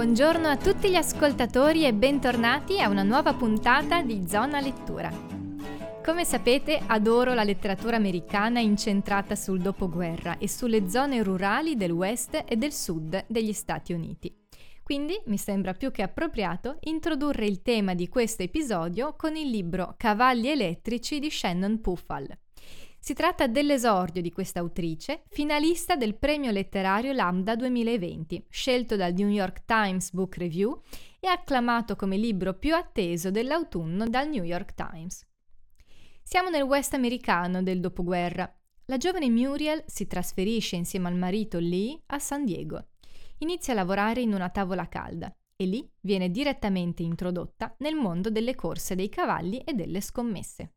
Buongiorno a tutti gli ascoltatori e bentornati a una nuova puntata di Zona Lettura. Come sapete, adoro la letteratura americana incentrata sul dopoguerra e sulle zone rurali del West e del Sud degli Stati Uniti. Quindi mi sembra più che appropriato introdurre il tema di questo episodio con il libro Cavalli elettrici di Shannon Pufall. Si tratta dell'esordio di questa autrice, finalista del premio letterario Lambda 2020, scelto dal New York Times Book Review e acclamato come libro più atteso dell'autunno dal New York Times. Siamo nel West americano del dopoguerra. La giovane Muriel si trasferisce insieme al marito Lee a San Diego. Inizia a lavorare in una tavola calda e lì viene direttamente introdotta nel mondo delle corse dei cavalli e delle scommesse.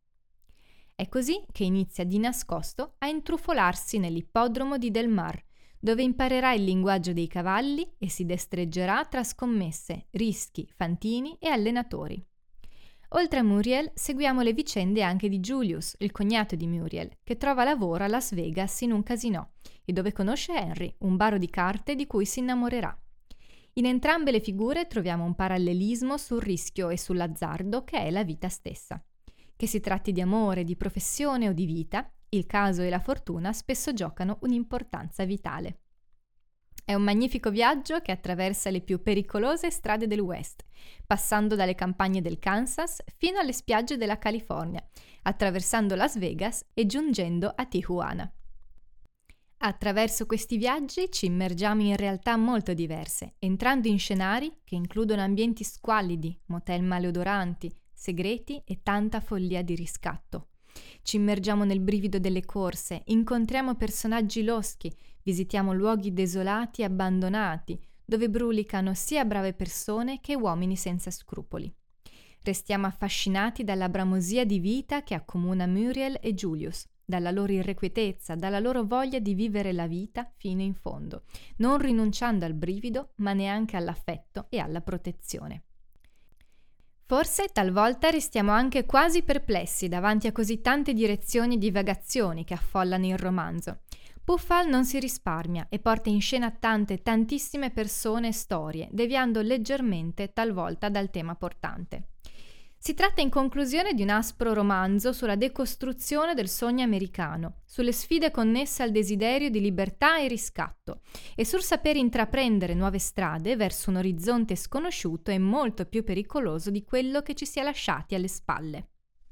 È così che inizia di nascosto a intrufolarsi nell'ippodromo di Del Mar, dove imparerà il linguaggio dei cavalli e si destreggerà tra scommesse, rischi, fantini e allenatori. Oltre a Muriel, seguiamo le vicende anche di Julius, il cognato di Muriel, che trova lavoro a Las Vegas in un casinò e dove conosce Henry, un baro di carte di cui si innamorerà. In entrambe le figure troviamo un parallelismo sul rischio e sull'azzardo che è la vita stessa. Che si tratti di amore, di professione o di vita, il caso e la fortuna spesso giocano un'importanza vitale. È un magnifico viaggio che attraversa le più pericolose strade del West, passando dalle campagne del Kansas fino alle spiagge della California, attraversando Las Vegas e giungendo a Tijuana. Attraverso questi viaggi ci immergiamo in realtà molto diverse, entrando in scenari che includono ambienti squallidi, motel maleodoranti, segreti e tanta follia di riscatto. Ci immergiamo nel brivido delle corse, incontriamo personaggi loschi, visitiamo luoghi desolati e abbandonati, dove brulicano sia brave persone che uomini senza scrupoli. Restiamo affascinati dalla bramosia di vita che accomuna Muriel e Julius, dalla loro irrequietezza, dalla loro voglia di vivere la vita fino in fondo, non rinunciando al brivido, ma neanche all'affetto e alla protezione. Forse talvolta restiamo anche quasi perplessi davanti a così tante direzioni e divagazioni che affollano il romanzo. Pufall non si risparmia e porta in scena tantissime persone e storie, deviando leggermente talvolta dal tema portante. Si tratta in conclusione di un aspro romanzo sulla decostruzione del sogno americano, sulle sfide connesse al desiderio di libertà e riscatto, e sul saper intraprendere nuove strade verso un orizzonte sconosciuto e molto più pericoloso di quello che ci si è lasciati alle spalle.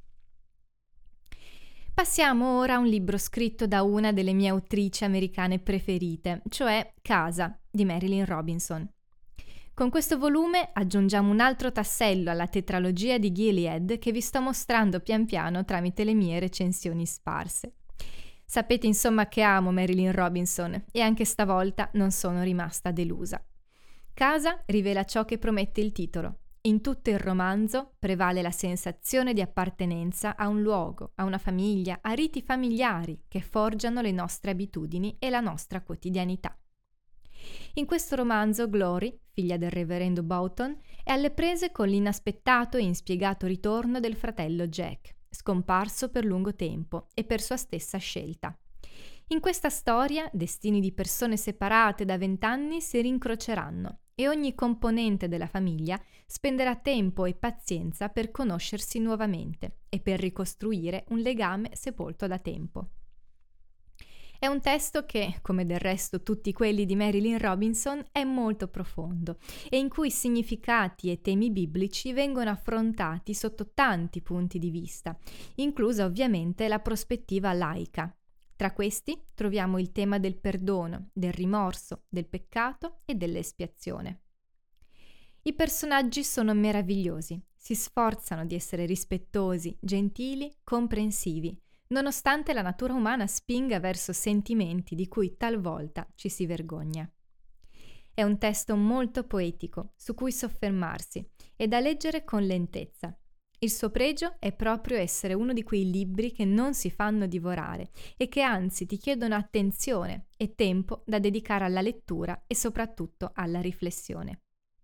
Passiamo ora a un libro scritto da una delle mie autrici americane preferite, cioè Casa, di Marilynne Robinson. Con questo volume aggiungiamo un altro tassello alla tetralogia di Gilead che vi sto mostrando pian piano tramite le mie recensioni sparse. Sapete insomma che amo Marilynne Robinson e anche stavolta non sono rimasta delusa. Casa rivela ciò che promette il titolo. In tutto il romanzo prevale la sensazione di appartenenza a un luogo, a una famiglia, a riti familiari che forgiano le nostre abitudini e la nostra quotidianità. In questo romanzo Glory, figlia del reverendo Boughton, è alle prese con l'inaspettato e inspiegato ritorno del fratello Jack, scomparso per lungo tempo e per sua stessa scelta. In questa storia, destini di persone separate da 20 anni si rincroceranno e ogni componente della famiglia spenderà tempo e pazienza per conoscersi nuovamente e per ricostruire un legame sepolto da tempo. È un testo che, come del resto tutti quelli di Marilynne Robinson, è molto profondo e in cui significati e temi biblici vengono affrontati sotto tanti punti di vista, inclusa ovviamente la prospettiva laica. Tra questi troviamo il tema del perdono, del rimorso, del peccato e dell'espiazione. I personaggi sono meravigliosi, si sforzano di essere rispettosi, gentili, comprensivi, nonostante la natura umana spinga verso sentimenti di cui talvolta ci si vergogna. È un testo molto poetico, su cui soffermarsi e da leggere con lentezza. Il suo pregio è proprio essere uno di quei libri che non si fanno divorare e che anzi ti chiedono attenzione e tempo da dedicare alla lettura e soprattutto alla riflessione.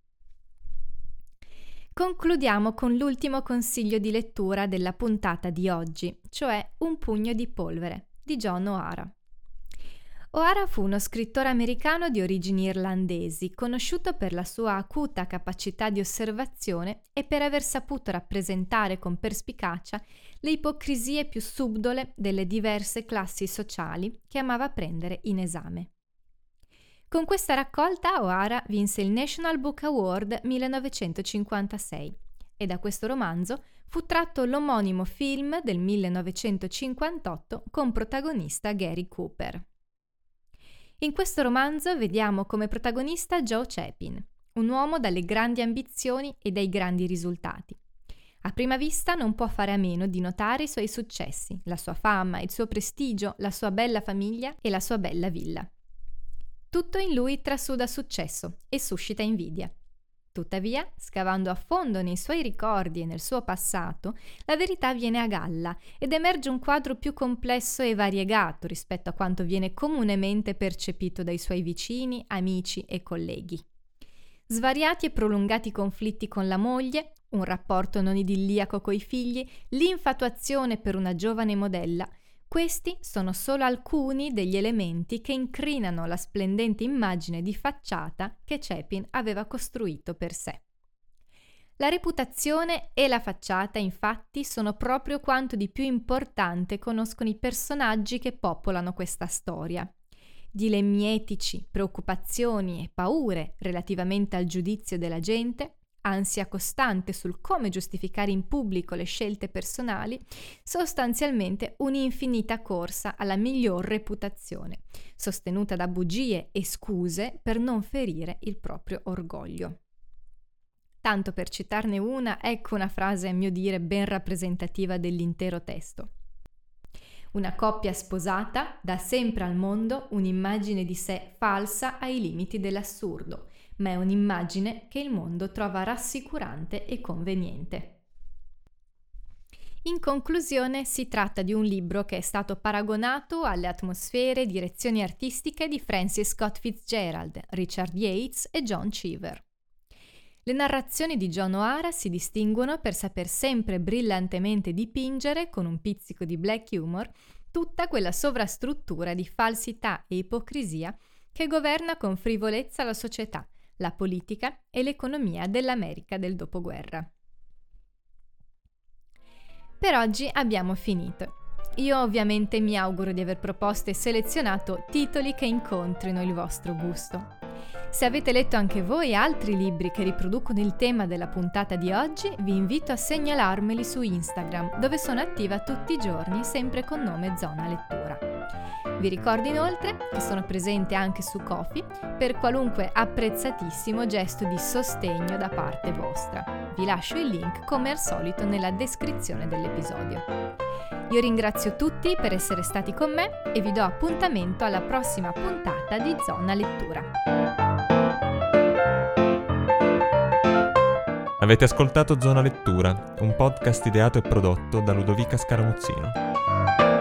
Concludiamo con l'ultimo consiglio di lettura della puntata di oggi, cioè Un pugno di polvere, di John O'Hara. O'Hara fu uno scrittore americano di origini irlandesi, conosciuto per la sua acuta capacità di osservazione e per aver saputo rappresentare con perspicacia le ipocrisie più subdole delle diverse classi sociali che amava prendere in esame. Con questa raccolta O'Hara vinse il National Book Award 1956 e da questo romanzo fu tratto l'omonimo film del 1958 con protagonista Gary Cooper. In questo romanzo vediamo come protagonista Joe Chapin, un uomo dalle grandi ambizioni e dai grandi risultati. A prima vista non può fare a meno di notare i suoi successi, la sua fama, il suo prestigio, la sua bella famiglia e la sua bella villa. Tutto in lui trasuda successo e suscita invidia. Tuttavia, scavando a fondo nei suoi ricordi e nel suo passato, la verità viene a galla ed emerge un quadro più complesso e variegato rispetto a quanto viene comunemente percepito dai suoi vicini, amici e colleghi. Svariati e prolungati conflitti con la moglie, un rapporto non idilliaco coi figli, l'infatuazione per una giovane modella, questi sono solo alcuni degli elementi che incrinano la splendente immagine di facciata che Chapin aveva costruito per sé. La reputazione e la facciata, infatti, sono proprio quanto di più importante conoscono i personaggi che popolano questa storia. Dilemmi etici, preoccupazioni e paure relativamente al giudizio della gente, ansia costante sul come giustificare in pubblico le scelte personali, sostanzialmente un'infinita corsa alla miglior reputazione, sostenuta da bugie e scuse per non ferire il proprio orgoglio. Tanto per citarne una, ecco una frase a mio dire ben rappresentativa dell'intero testo. Una coppia sposata dà sempre al mondo un'immagine di sé falsa ai limiti dell'assurdo, ma è un'immagine che il mondo trova rassicurante e conveniente. In conclusione, si tratta di un libro che è stato paragonato alle atmosfere e direzioni artistiche di Francis Scott Fitzgerald, Richard Yates e John Cheever. Le narrazioni di John O'Hara si distinguono per saper sempre brillantemente dipingere, con un pizzico di black humor, tutta quella sovrastruttura di falsità e ipocrisia che governa con frivolezza la società, la politica e l'economia dell'America del dopoguerra. Per oggi abbiamo finito. Io ovviamente mi auguro di aver proposto e selezionato titoli che incontrino il vostro gusto. Se avete letto anche voi altri libri che riproducono il tema della puntata di oggi, vi invito a segnalarmeli su Instagram, dove sono attiva tutti i giorni, sempre con nome Zona Lettura. Vi ricordo inoltre che sono presente anche su Ko-fi per qualunque apprezzatissimo gesto di sostegno da parte vostra. Vi lascio il link come al solito nella descrizione dell'episodio. Io ringrazio tutti per essere stati con me e vi do appuntamento alla prossima puntata di Zona Lettura. Avete ascoltato Zona Lettura, un podcast ideato e prodotto da Ludovica Scaramuzzino.